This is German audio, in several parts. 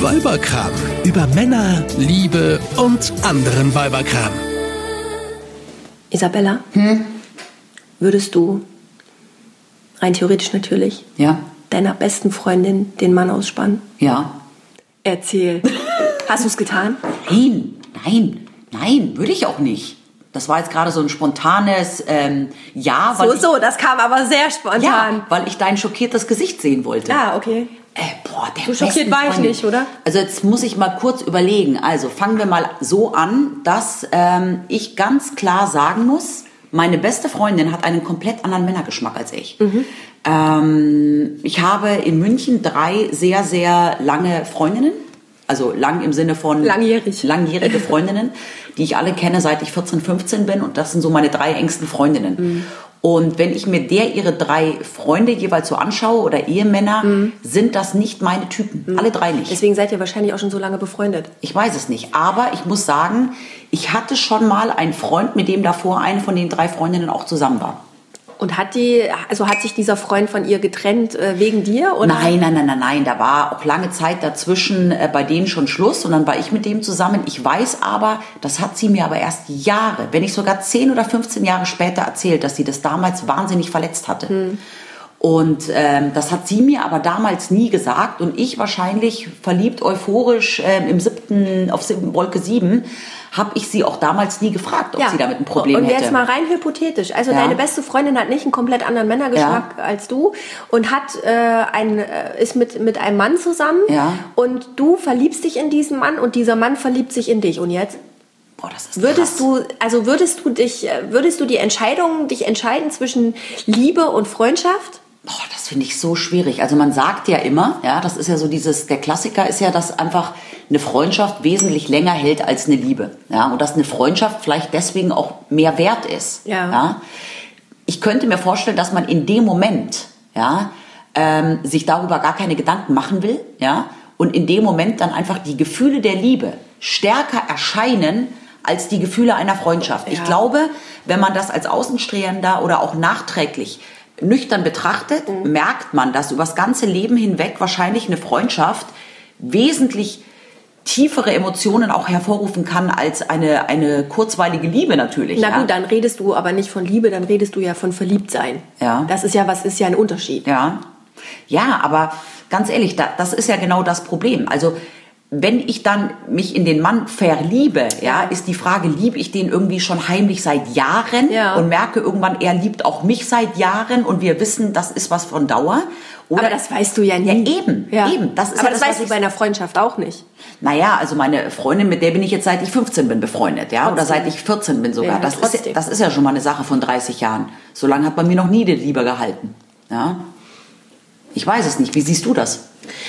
Weiberkram. Über Männer, Liebe und anderen Weiberkram. Isabella, würdest du, rein theoretisch natürlich, deiner besten Freundin den Mann ausspannen? Ja. Erzähl. Hast du es getan? Nein, würde ich auch nicht. Das war jetzt gerade so ein spontanes Ja. Das kam aber sehr spontan. Ja, weil ich dein schockiertes Gesicht sehen wollte. Ah, okay. So schockiert war ich nicht, oder? Also jetzt muss ich mal kurz überlegen. Also fangen wir mal so an, dass ich ganz klar sagen muss, meine beste Freundin hat einen komplett anderen Männergeschmack als ich. Ich habe in München 3 sehr, sehr lange Freundinnen. Also lang im Sinne von langjährige Freundinnen, die ich alle kenne, seit ich 14, 15 bin. Und das sind so meine 3 engsten Freundinnen. Und wenn ich mir ihre 3 Freunde jeweils so anschaue oder Ehemänner, sind das nicht meine Typen. Alle 3 nicht. Deswegen seid ihr wahrscheinlich auch schon so lange befreundet. Ich weiß es nicht. Aber ich muss sagen, ich hatte schon mal einen Freund, mit dem davor eine von den 3 Freundinnen auch zusammen war. Und hat sich dieser Freund von ihr getrennt wegen dir? Oder? Nein. Da war auch lange Zeit dazwischen bei denen schon Schluss und dann war ich mit dem zusammen. Ich weiß aber, das hat sie mir aber erst Jahre, wenn nicht sogar 10 oder 15 Jahre später erzählt, dass sie das damals wahnsinnig verletzt hatte. Und das hat sie mir aber damals nie gesagt und ich wahrscheinlich verliebt, euphorisch auf Wolke 7, habe ich sie auch damals nie gefragt, ob sie damit ein Problem hätte. Und jetzt mal rein hypothetisch. Also deine beste Freundin hat nicht einen komplett anderen Männergeschmack als du und ist mit einem Mann zusammen und du verliebst dich in diesen Mann und dieser Mann verliebt sich in dich. Und jetzt? Das ist krass. Würdest du dich entscheiden zwischen Liebe und Freundschaft? Das finde ich so schwierig. Also man sagt ja immer, das ist ja so der Klassiker ist ja, dass einfach eine Freundschaft wesentlich länger hält als eine Liebe. Ja, und dass eine Freundschaft vielleicht deswegen auch mehr wert ist. Ja. Ich könnte mir vorstellen, dass man in dem Moment sich darüber gar keine Gedanken machen will. Ja, und in dem Moment dann einfach die Gefühle der Liebe stärker erscheinen als die Gefühle einer Freundschaft. Ja. Ich glaube, wenn man das als Außenstehender oder auch nachträglich nüchtern betrachtet, merkt man, dass über das ganze Leben hinweg wahrscheinlich eine Freundschaft wesentlich tiefere Emotionen auch hervorrufen kann als eine kurzweilige Liebe natürlich. Na gut, dann redest du aber nicht von Liebe, dann redest du ja von Verliebtsein. Ja. Das ist ja ein Unterschied. Ja, aber ganz ehrlich, das ist ja genau das Problem. Also wenn ich dann mich in den Mann verliebe, ist die Frage, liebe ich den irgendwie schon heimlich seit Jahren und merke irgendwann, er liebt auch mich seit Jahren und wir wissen, das ist was von Dauer. Oder, aber das weißt du ja nie. Ja, eben. Das ist aber das weißt du bei einer Freundschaft auch nicht. Naja, also meine Freundin, mit der bin ich jetzt seit ich 15 bin befreundet, oder seit ich 14 bin sogar. Ja, das ist ja schon mal eine Sache von 30 Jahren. So lange hat man mir noch nie die Liebe gehalten. Ja? Ich weiß es nicht. Wie siehst du das?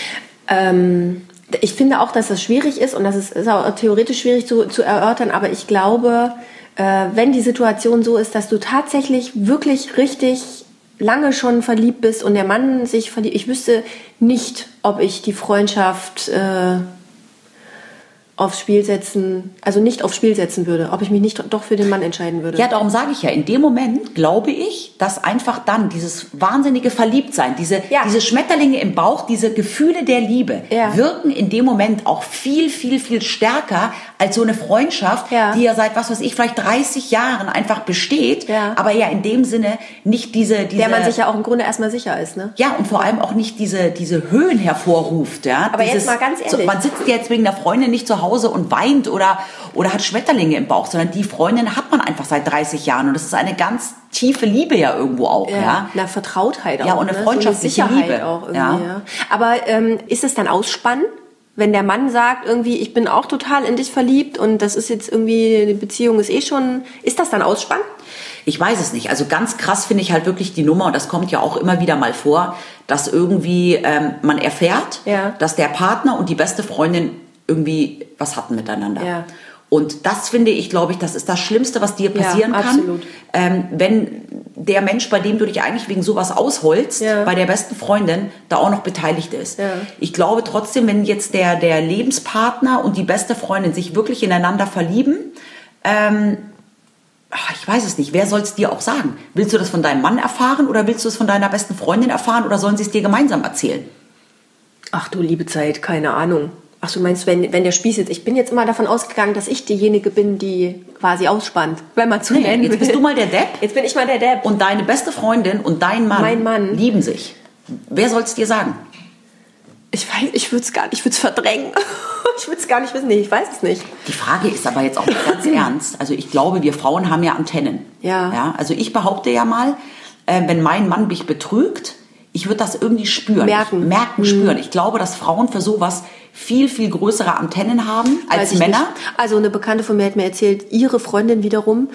Ich finde auch, dass das schwierig ist und das ist auch theoretisch schwierig zu erörtern, aber ich glaube, wenn die Situation so ist, dass du tatsächlich wirklich richtig lange schon verliebt bist und der Mann sich verliebt, ich wüsste nicht, ob ich die Freundschaft nicht aufs Spiel setzen würde, ob ich mich nicht doch für den Mann entscheiden würde. Ja, darum sage ich ja, in dem Moment glaube ich, dass einfach dann dieses wahnsinnige Verliebtsein, diese Schmetterlinge im Bauch, diese Gefühle der Liebe wirken in dem Moment auch viel, viel, viel stärker als so eine Freundschaft, die ja seit, vielleicht 30 Jahren einfach besteht, aber ja in dem Sinne nicht diese... Der man sich ja auch im Grunde erstmal sicher ist, ne? Ja, und vor allem auch nicht diese Höhen hervorruft, Aber jetzt mal ganz ehrlich. Man sitzt jetzt wegen der Freundin nicht zu Hause und weint oder hat Schmetterlinge im Bauch, sondern die Freundin hat man einfach seit 30 Jahren und das ist eine ganz tiefe Liebe ja irgendwo auch. Eine Vertrautheit auch. Ja, und eine freundschaftliche so eine Sicherheit Liebe. Auch irgendwie, Aber ist es dann Ausspannen? Wenn der Mann sagt irgendwie, ich bin auch total in dich verliebt und das ist jetzt irgendwie, die Beziehung ist ist das dann Ausspannen? Ich weiß es nicht. Also ganz krass finde ich halt wirklich die Nummer, und das kommt ja auch immer wieder mal vor, dass irgendwie man erfährt, dass der Partner und die beste Freundin irgendwie was hatten miteinander. Ja. Und das finde ich, glaube ich, das ist das Schlimmste, was dir passieren kann. Absolut. Wenn der Mensch, bei dem du dich eigentlich wegen sowas ausholst, bei der besten Freundin, da auch noch beteiligt ist. Ja. Ich glaube trotzdem, wenn jetzt der Lebenspartner und die beste Freundin sich wirklich ineinander verlieben, ich weiß es nicht, wer soll es dir auch sagen? Willst du das von deinem Mann erfahren oder willst du es von deiner besten Freundin erfahren oder sollen sie es dir gemeinsam erzählen? Ach du liebe Zeit, keine Ahnung. Ach, du meinst, wenn der Spieß jetzt... Ich bin jetzt immer davon ausgegangen, dass ich diejenige bin, die quasi ausspannt, wenn man zu nennen will. Jetzt bist du mal der Depp. Jetzt bin ich mal der Depp. Und deine beste Freundin und dein Mann, Mein Mann. lieben sich. Wer soll es dir sagen? Ich weiß, ich würde es gar nicht, ich würde es verdrängen. Ich würde es gar nicht wissen. Nee, ich weiß es nicht. Die Frage ist aber jetzt auch ganz ernst. Also ich glaube, wir Frauen haben ja Antennen. Ja. Also ich behaupte ja mal, wenn mein Mann mich betrügt, ich würde das irgendwie spüren. Spüren. Ich glaube, dass Frauen für sowas viel, viel größere Antennen haben als Männer. Nicht. Also eine Bekannte von mir hat mir erzählt, ihre Freundin wiederum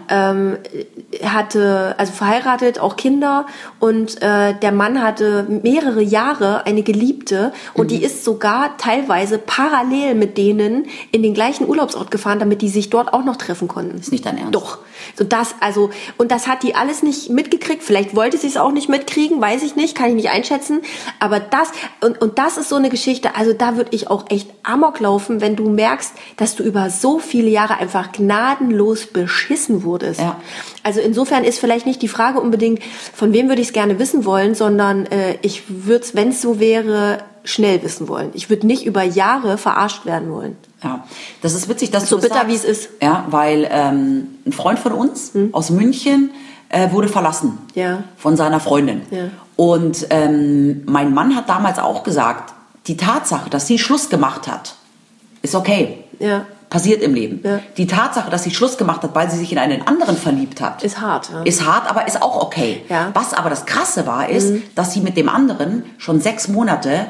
hatte, also verheiratet, auch Kinder, und der Mann hatte mehrere Jahre eine Geliebte und die ist sogar teilweise parallel mit denen in den gleichen Urlaubsort gefahren, damit die sich dort auch noch treffen konnten. Ist nicht dein Ernst? Doch. So das, also, und das hat die alles nicht mitgekriegt. Vielleicht wollte sie es auch nicht mitkriegen, weiß ich nicht, kann ich nicht einschätzen. Aber das, und das ist so eine Geschichte, also da würde ich auch echt Amok laufen, wenn du merkst, dass du über so viele Jahre einfach gnadenlos beschissen wurdest. Ja. Also insofern ist vielleicht nicht die Frage unbedingt, von wem würde ich es gerne wissen wollen, sondern ich würde es, wenn es so wäre, schnell wissen wollen. Ich würde nicht über Jahre verarscht werden wollen. Ja, das ist witzig, dass so du das bitter, sagst. wie es ist. Ja, weil ein Freund von uns aus München wurde verlassen von seiner Freundin. Ja. Und mein Mann hat damals auch gesagt, die Tatsache, dass sie Schluss gemacht hat, ist okay. Ja. Passiert im Leben. Ja. Die Tatsache, dass sie Schluss gemacht hat, weil sie sich in einen anderen verliebt hat, ist hart. Ja. Ist hart, aber ist auch okay. Ja. Was aber das Krasse war, ist, dass sie mit dem anderen schon 6 Monate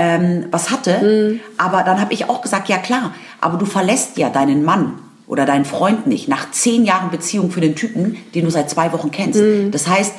was hatte. Aber dann habe ich auch gesagt, ja klar, aber du verlässt ja deinen Mann oder deinen Freund nicht nach 10 Jahren Beziehung für den Typen, den du seit 2 Wochen kennst. Das heißt,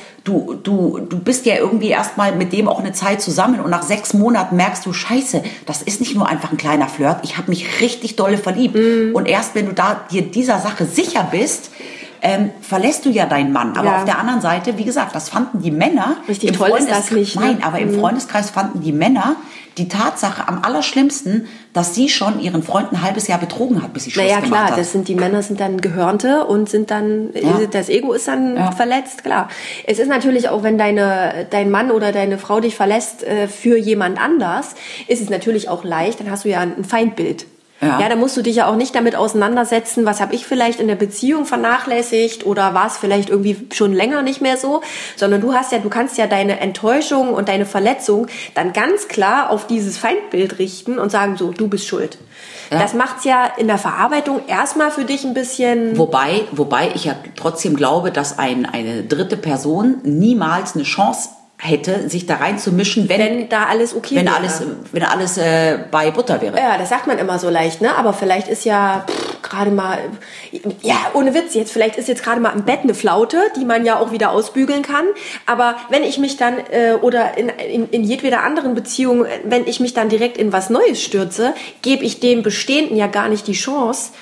du bist ja irgendwie erstmal mit dem auch eine Zeit zusammen und nach 6 Monaten merkst du, Scheiße, das ist nicht nur einfach ein kleiner Flirt, ich habe mich richtig dolle verliebt. Und erst wenn du da dir dieser Sache sicher bist, verlässt du ja deinen Mann. Aber auf der anderen Seite, wie gesagt, das fanden die Männer. Richtig toll ist das nicht. Ne? Nein, aber im Freundeskreis fanden die Männer die Tatsache am allerschlimmsten, dass sie schon ihren Freund ein halbes Jahr betrogen hat, bis sie Schluss gemacht hat. Naja, klar, die Männer sind dann Gehörnte und sind dann, das Ego ist dann verletzt, klar. Es ist natürlich auch, wenn dein Mann oder deine Frau dich verlässt für jemand anders, ist es natürlich auch leicht, dann hast du ja ein Feindbild. Ja, da musst du dich ja auch nicht damit auseinandersetzen, was habe ich vielleicht in der Beziehung vernachlässigt oder war es vielleicht irgendwie schon länger nicht mehr so, sondern du kannst ja deine Enttäuschung und deine Verletzung dann ganz klar auf dieses Feindbild richten und sagen so, du bist schuld. Ja. Das macht's ja in der Verarbeitung erstmal für dich ein bisschen... Wobei ich ja trotzdem glaube, dass eine dritte Person niemals eine Chance hätte, sich da reinzumischen, wenn da alles okay wäre. Wenn alles bei Butter wäre. Ja, das sagt man immer so leicht, ne? Aber vielleicht ist ja gerade mal, ja, ohne Witz, vielleicht ist jetzt gerade mal im Bett eine Flaute, die man ja auch wieder ausbügeln kann. Aber wenn ich mich dann, oder in jedweder anderen Beziehung, wenn ich mich dann direkt in was Neues stürze, gebe ich dem Bestehenden ja gar nicht die Chance,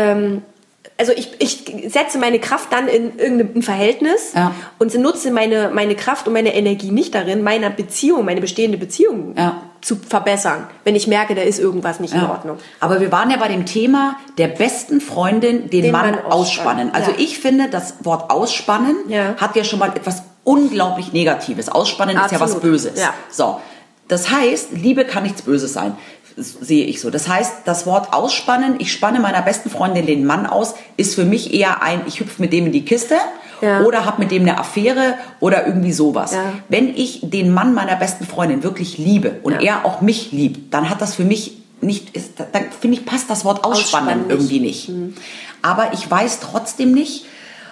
also ich setze meine Kraft dann in irgendein Verhältnis und nutze meine Kraft und meine Energie nicht darin, meine bestehende Beziehung zu verbessern, wenn ich merke, da ist irgendwas nicht in Ordnung. Aber wir waren ja bei dem Thema der besten Freundin, den Mann ausspannen. Also ich finde, das Wort ausspannen hat ja schon mal etwas unglaublich Negatives. Ausspannen ist ja was Böses. Ja. So, das heißt, Liebe kann nichts Böses sein. Sehe ich so. Das heißt, das Wort ausspannen, ich spanne meiner besten Freundin den Mann aus, ist für mich eher ich hüpfe mit dem in die Kiste oder habe mit dem eine Affäre oder irgendwie sowas. Ja. Wenn ich den Mann meiner besten Freundin wirklich liebe und er auch mich liebt, dann hat das für mich dann finde ich, passt das Wort ausspannen irgendwie nicht. Aber ich weiß trotzdem nicht,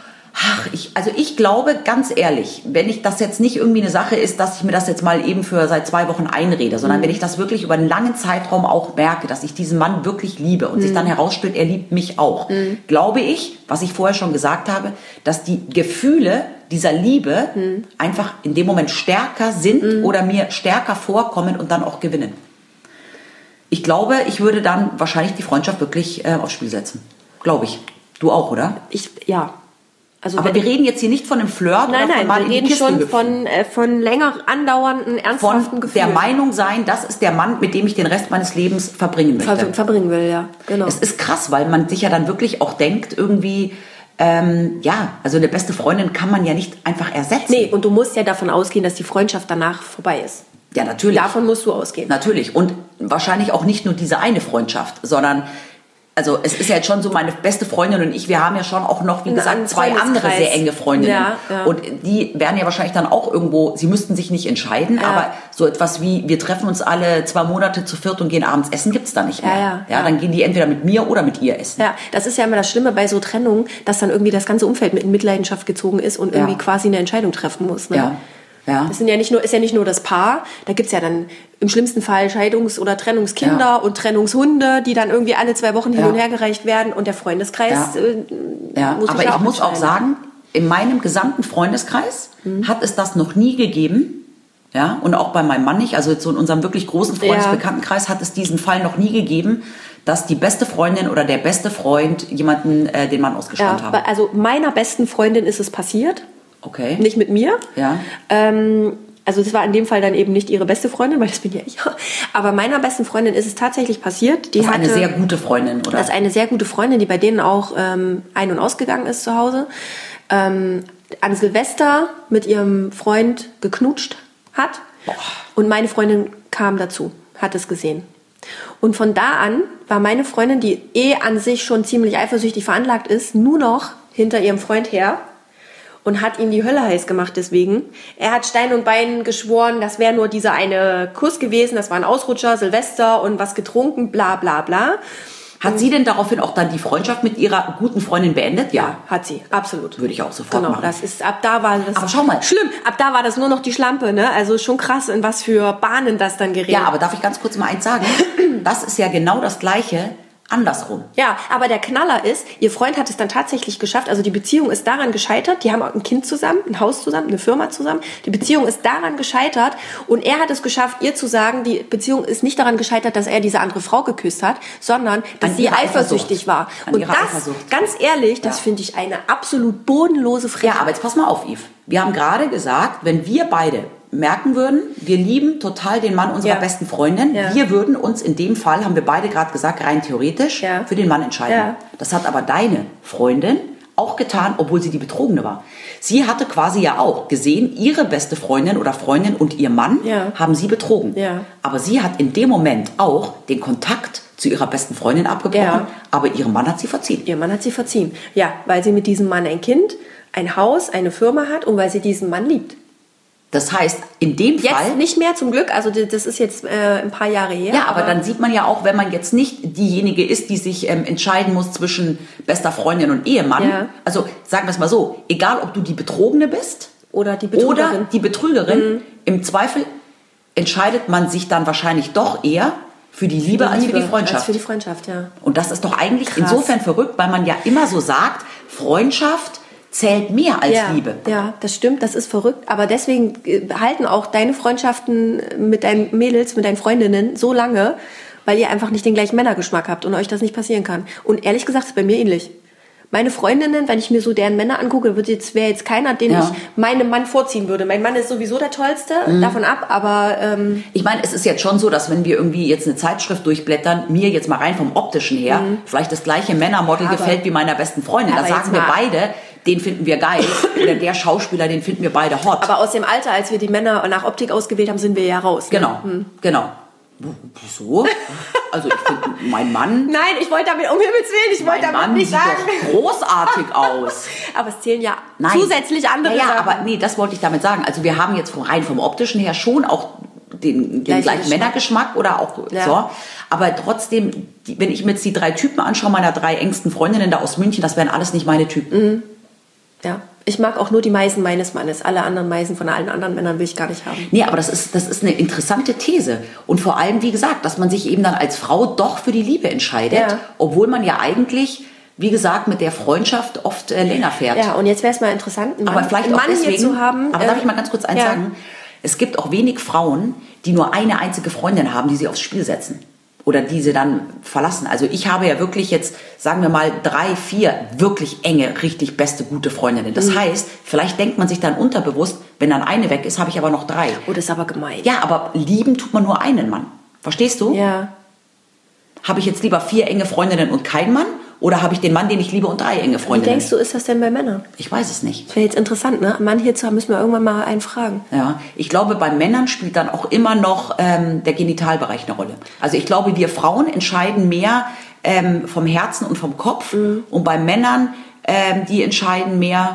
ich glaube, ganz ehrlich, wenn ich das jetzt nicht irgendwie eine Sache ist, dass ich mir das jetzt mal eben für seit 2 Wochen einrede, sondern wenn ich das wirklich über einen langen Zeitraum auch merke, dass ich diesen Mann wirklich liebe und sich dann herausstellt, er liebt mich auch, glaube ich, was ich vorher schon gesagt habe, dass die Gefühle dieser Liebe einfach in dem Moment stärker sind oder mir stärker vorkommen und dann auch gewinnen. Ich glaube, ich würde dann wahrscheinlich die Freundschaft wirklich aufs Spiel setzen. Glaube ich. Du auch, oder? Ja. Also aber wir reden jetzt hier nicht von einem Flirt oder von mal in die Kiste hüpfen. Wir reden schon von länger andauernden, ernsthaften Gefühlen. Der Meinung sein, das ist der Mann, mit dem ich den Rest meines Lebens verbringen möchte. Verbringen will, ja, genau. Es ist krass, weil man sich ja dann wirklich auch denkt, irgendwie, also eine beste Freundin kann man ja nicht einfach ersetzen. Nee, und du musst ja davon ausgehen, dass die Freundschaft danach vorbei ist. Ja, natürlich. Davon musst du ausgehen. Natürlich. Und wahrscheinlich auch nicht nur diese eine Freundschaft, sondern, also es ist ja jetzt schon so, meine beste Freundin und ich, wir haben ja schon auch noch, wie gesagt, 2 andere sehr enge Freundinnen. Ja. Und die werden ja wahrscheinlich dann auch irgendwo, sie müssten sich nicht entscheiden, aber so etwas wie, wir treffen uns alle 2 Monate zu viert und gehen abends essen, gibt's da nicht mehr. Ja, dann gehen die entweder mit mir oder mit ihr essen. Ja, das ist ja immer das Schlimme bei so Trennungen, dass dann irgendwie das ganze Umfeld mit in Mitleidenschaft gezogen ist und irgendwie quasi eine Entscheidung treffen muss. Ne? Ja. Das ist ja nicht nur das Paar, da gibt's ja dann im schlimmsten Fall Scheidungs- oder Trennungskinder und Trennungshunde, die dann irgendwie alle 2 Wochen hin und her gereicht werden und der Freundeskreis muss aber sich ich auch muss auch sagen, in meinem gesamten Freundeskreis hat es das noch nie gegeben, ja, und auch bei meinem Mann nicht, also so in unserem wirklich großen Freundesbekanntenkreis hat es diesen Fall noch nie gegeben, dass die beste Freundin oder der beste Freund jemanden den Mann ausgespannt haben. Also meiner besten Freundin ist es passiert. Okay. Nicht mit mir. Ja. Also das war in dem Fall dann eben nicht ihre beste Freundin, weil das bin ja ich. Aber meiner besten Freundin ist es tatsächlich passiert. Das ist eine sehr gute Freundin, oder? Das ist eine sehr gute Freundin, die bei denen auch ein- und ausgegangen ist zu Hause. An Silvester mit ihrem Freund geknutscht hat. Boah. Und meine Freundin kam dazu, hat es gesehen. Und von da an war meine Freundin, die an sich schon ziemlich eifersüchtig veranlagt ist, nur noch hinter ihrem Freund her. Und hat ihm die Hölle heiß gemacht deswegen. Er hat Stein und Bein geschworen, das wäre nur dieser eine Kuss gewesen, das war ein Ausrutscher, Silvester und was getrunken, bla bla bla. Hat sie denn daraufhin auch dann die Freundschaft mit ihrer guten Freundin beendet? Ja, hat sie, absolut. Würde ich auch sofort machen. Das ist, ab da war das aber schau mal. schlimm. Ab da war das nur noch die Schlampe, ne? Also schon krass, in was für Bahnen das dann gerät. Ja, aber darf ich ganz kurz mal eins sagen? Das ist ja genau das Gleiche andersrum. Ja, aber der Knaller ist, ihr Freund hat es dann tatsächlich geschafft, also die Beziehung ist daran gescheitert, die haben auch ein Kind zusammen, ein Haus zusammen, eine Firma zusammen, die Beziehung ist daran gescheitert und er hat es geschafft, ihr zu sagen, die Beziehung ist nicht daran gescheitert, dass er diese andere Frau geküsst hat, sondern dass sie eifersüchtig war. Und das, ganz ehrlich, das finde ich eine absolut bodenlose Frechheit. Ja, aber jetzt pass mal auf, Yves. Wir haben gerade gesagt, wenn wir beide merken würden, wir lieben total den Mann unserer besten Freundin. Ja. Wir würden uns in dem Fall, haben wir beide gerade gesagt, rein theoretisch für den Mann entscheiden. Ja. Das hat aber deine Freundin auch getan, obwohl sie die Betrogene war. Sie hatte quasi ja auch gesehen, ihre beste Freundin oder Freundin und ihr Mann haben sie betrogen. Ja. Aber sie hat in dem Moment auch den Kontakt zu ihrer besten Freundin abgebrochen, aber ihrem Mann hat sie verziehen. Ihr Mann hat sie verziehen. Ja, weil sie mit diesem Mann ein Kind, ein Haus, eine Firma hat und weil sie diesen Mann liebt. Das heißt, in dem Fall... Jetzt nicht mehr, zum Glück. Also das ist jetzt ein paar Jahre her. Ja, aber dann sieht man ja auch, wenn man jetzt nicht diejenige ist, die sich entscheiden muss zwischen bester Freundin und Ehemann. Ja. Also sagen wir es mal so, egal ob du die Betrogene bist oder die Betrügerin. Im Zweifel entscheidet man sich dann wahrscheinlich doch eher für die Liebe als für die Freundschaft. Als für die Freundschaft, ja. Und das ist doch eigentlich insofern verrückt, weil man ja immer so sagt, Freundschaft zählt mehr als Liebe. Ja, das stimmt, das ist verrückt. Aber deswegen halten auch deine Freundschaften mit deinen Mädels, mit deinen Freundinnen so lange, weil ihr einfach nicht den gleichen Männergeschmack habt und euch das nicht passieren kann. Und ehrlich gesagt, ist bei mir ähnlich. Meine Freundinnen, wenn ich mir so deren Männer angucke, wäre jetzt keiner, den ich meinem Mann vorziehen würde. Mein Mann ist sowieso der Tollste, davon ab, aber... Ich meine, es ist jetzt schon so, dass wenn wir irgendwie jetzt eine Zeitschrift durchblättern, mir jetzt mal rein vom Optischen her, vielleicht das gleiche Männermodel gefällt wie meiner besten Freundin. Da sagen wir beide, den finden wir geil. Oder der Schauspieler, den finden wir beide hot. Aber aus dem Alter, als wir die Männer nach Optik ausgewählt haben, sind wir ja raus. Ne? Genau. Wieso? Also ich finde, mein Mann... Nein, ich wollte damit, um Himmels Willen, ich wollte damit nicht sagen. Mein Mann sieht doch großartig aus. Aber es zählen ja zusätzlich andere Sachen. Aber nee, das wollte ich damit sagen. Also wir haben jetzt rein vom Optischen her schon auch den gleichen Männergeschmack oder auch so. Aber trotzdem, wenn ich mir jetzt die 3 Typen anschaue, meiner 3 engsten Freundinnen da aus München, das wären alles nicht meine Typen. Ja. Ich mag auch nur die Meisen meines Mannes. Alle anderen Meisen von allen anderen Männern will ich gar nicht haben. Nee, aber das ist eine interessante These. Und vor allem, wie gesagt, dass man sich eben dann als Frau doch für die Liebe entscheidet, obwohl man ja eigentlich, wie gesagt, mit der Freundschaft oft länger fährt. Ja, und jetzt wäre es mal interessant, einen aber vielleicht einen auch Mann deswegen, hier zu haben. Aber darf ich mal ganz kurz eins sagen? Es gibt auch wenig Frauen, die nur eine einzige Freundin haben, die sie aufs Spiel setzen. Oder die sie dann verlassen. Also ich habe ja wirklich jetzt, sagen wir mal, 3, 4 wirklich enge, richtig beste, gute Freundinnen. Das heißt, vielleicht denkt man sich dann unterbewusst, wenn dann eine weg ist, habe ich aber noch 3. Oh, das ist aber gemein. Ja, aber lieben tut man nur einen Mann. Verstehst du? Ja. Habe ich jetzt lieber 4 enge Freundinnen und keinen Mann? Oder habe ich den Mann, den ich liebe und 3 enge Wie Freundinnen? denkst du, ist das denn bei Männern? Ich weiß es nicht. Das wäre jetzt interessant, ne? Einen Mann hier zu haben, müssen wir irgendwann mal einen fragen. Ja, ich glaube, bei Männern spielt dann auch immer noch der Genitalbereich eine Rolle. Also ich glaube, wir Frauen entscheiden mehr vom Herzen und vom Kopf. Und bei Männern, die entscheiden mehr...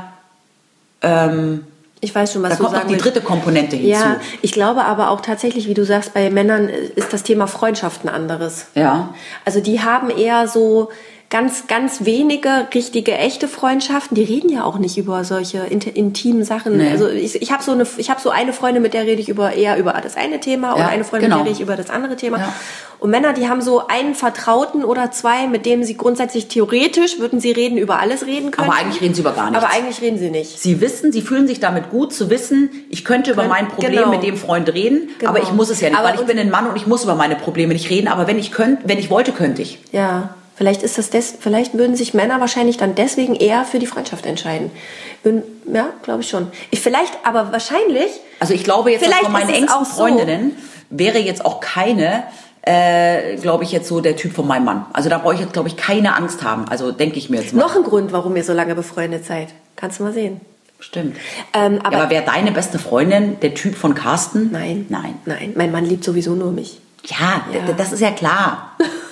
Ich weiß schon, was da du kommt noch sagen die willst. dritte Komponente hinzu. Ja, ich glaube aber auch tatsächlich, wie du sagst, bei Männern ist das Thema Freundschaft ein anderes. Ja. Also die haben eher so ganz, ganz wenige richtige, echte Freundschaften. Die reden ja auch nicht über solche intimen Sachen. Nee. Also ich habe so eine Freundin, mit der rede ich eher über das eine Thema und eine Freundin, mit der rede ich über das andere Thema. Ja. Und Männer, die haben so einen Vertrauten oder 2, mit dem sie grundsätzlich theoretisch, würden sie über alles reden können. Aber eigentlich reden sie über gar nichts. Aber eigentlich reden sie nicht. Sie fühlen sich damit gut zu wissen, ich könnte über mein Problem mit dem Freund reden, aber ich muss es ja nicht, weil ich bin ein Mann und ich muss über meine Probleme nicht reden, aber wenn ich wollte, könnte ich. Ja, vielleicht ist vielleicht würden sich Männer wahrscheinlich dann deswegen eher für die Freundschaft entscheiden. Ja, glaube ich schon. Aber wahrscheinlich... Also ich glaube jetzt, von meinen engsten Freundinnen wäre jetzt auch keine... glaube ich, jetzt so der Typ von meinem Mann. Also da brauche ich jetzt, glaube ich, keine Angst haben. Also denke ich mir jetzt mal. Noch ein Grund, warum ihr so lange befreundet seid. Kannst du mal sehen. Stimmt. Aber wäre deine beste Freundin der Typ von Carsten? Nein. Mein Mann liebt sowieso nur mich. Ja. Das ist ja klar.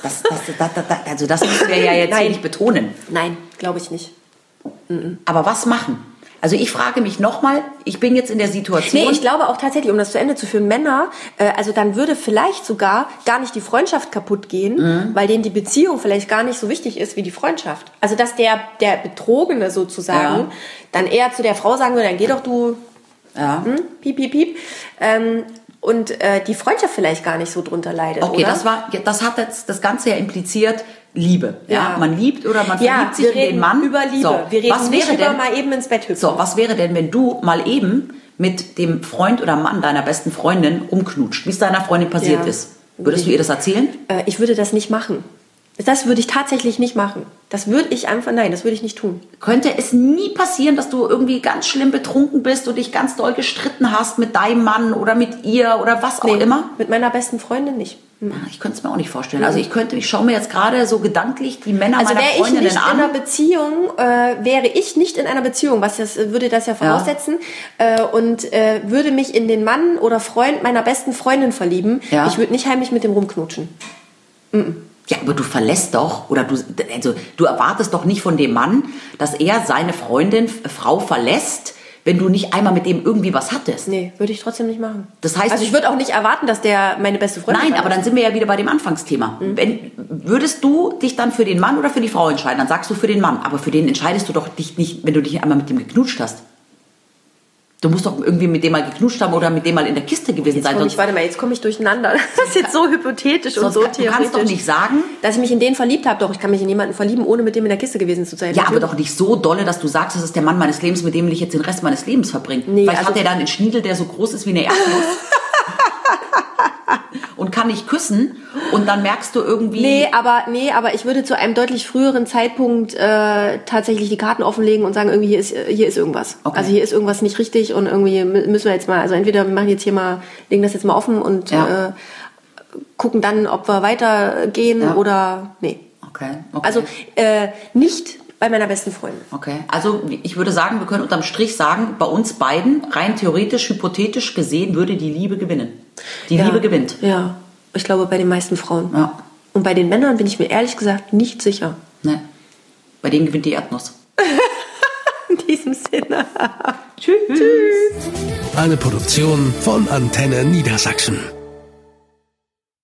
Also das müssen wir ja jetzt hier nicht betonen. Nein, glaube ich nicht. Aber was machen? Also ich frage mich nochmal, ich bin jetzt in der Situation... Nee, ich glaube auch tatsächlich, um das zu Ende zu führen, Männer, also dann würde vielleicht sogar gar nicht die Freundschaft kaputt gehen, weil denen die Beziehung vielleicht gar nicht so wichtig ist wie die Freundschaft. Also dass der Betrogene sozusagen dann eher zu der Frau sagen würde, dann geh doch du, piep, piep, piep. Und die Freundschaft vielleicht gar nicht so drunter leidet, okay, oder? das hat jetzt das Ganze ja impliziert, Liebe. Ja. Man liebt oder man verliebt sich in den Mann. Über Liebe. So, wir reden nicht über mal eben ins Bett hüpfen. So, was wäre denn, wenn du mal eben mit dem Freund oder Mann deiner besten Freundin rumknutscht, wie es deiner Freundin passiert ist? Würdest du ihr das erzählen? Ich würde das nicht machen. Das würde ich tatsächlich nicht machen. Das würde ich nicht tun. Könnte es nie passieren, dass du irgendwie ganz schlimm betrunken bist und dich ganz doll gestritten hast mit deinem Mann oder mit ihr oder was auch immer? Mit meiner besten Freundin nicht. Ich könnte es mir auch nicht vorstellen. Also ich schaue mir jetzt gerade so gedanklich die Männer meiner Freundinnen an. Wäre ich nicht in einer Beziehung, würde das ja voraussetzen, und würde mich in den Mann oder Freund meiner besten Freundin verlieben, ich würde nicht heimlich mit dem rumknutschen. Ja, aber du verlässt doch, oder du erwartest doch nicht von dem Mann, dass er seine Frau verlässt, wenn du nicht einmal mit dem irgendwie was hattest. Nee, würde ich trotzdem nicht machen. Das heißt, also ich würde auch nicht erwarten, dass der meine beste Freundin Nein, aber dann sind wir ja wieder bei dem Anfangsthema. Würdest du dich dann für den Mann oder für die Frau entscheiden? Dann sagst du für den Mann. Aber für den entscheidest du doch dich nicht, wenn du dich einmal mit dem geknutscht hast. Du musst doch irgendwie mit dem mal geknutscht haben oder mit dem mal in der Kiste gewesen sein. Jetzt komme ich durcheinander. Das ist jetzt so hypothetisch und so theoretisch. Du kannst doch nicht sagen... Dass ich mich in den verliebt habe. Doch, ich kann mich in jemanden verlieben, ohne mit dem in der Kiste gewesen zu sein. Ja, aber doch nicht so dolle, dass du sagst, das ist der Mann meines Lebens, mit dem will ich jetzt den Rest meines Lebens verbringen. Nee, vielleicht hat er dann einen Schniedel, der so groß ist wie eine Erdnuss. Und kann nicht küssen und dann merkst du irgendwie... Nee, aber ich würde zu einem deutlich früheren Zeitpunkt tatsächlich die Karten offenlegen und sagen, irgendwie hier ist irgendwas. Okay. Also hier ist irgendwas nicht richtig und irgendwie müssen wir jetzt mal, also entweder wir machen jetzt hier mal, legen das jetzt mal offen und gucken dann, ob wir weitergehen oder nee. Okay. Also nicht bei meiner besten Freundin. Okay, also ich würde sagen, wir können unterm Strich sagen, bei uns beiden, rein theoretisch, hypothetisch gesehen, würde die Liebe gewinnen. Die Liebe gewinnt. Ja, ich glaube bei den meisten Frauen. Ja. Und bei den Männern bin ich mir ehrlich gesagt nicht sicher. Ne, bei denen gewinnt die Erdnuss. In diesem Sinne. Tschüss. Eine Produktion von Antenne Niedersachsen.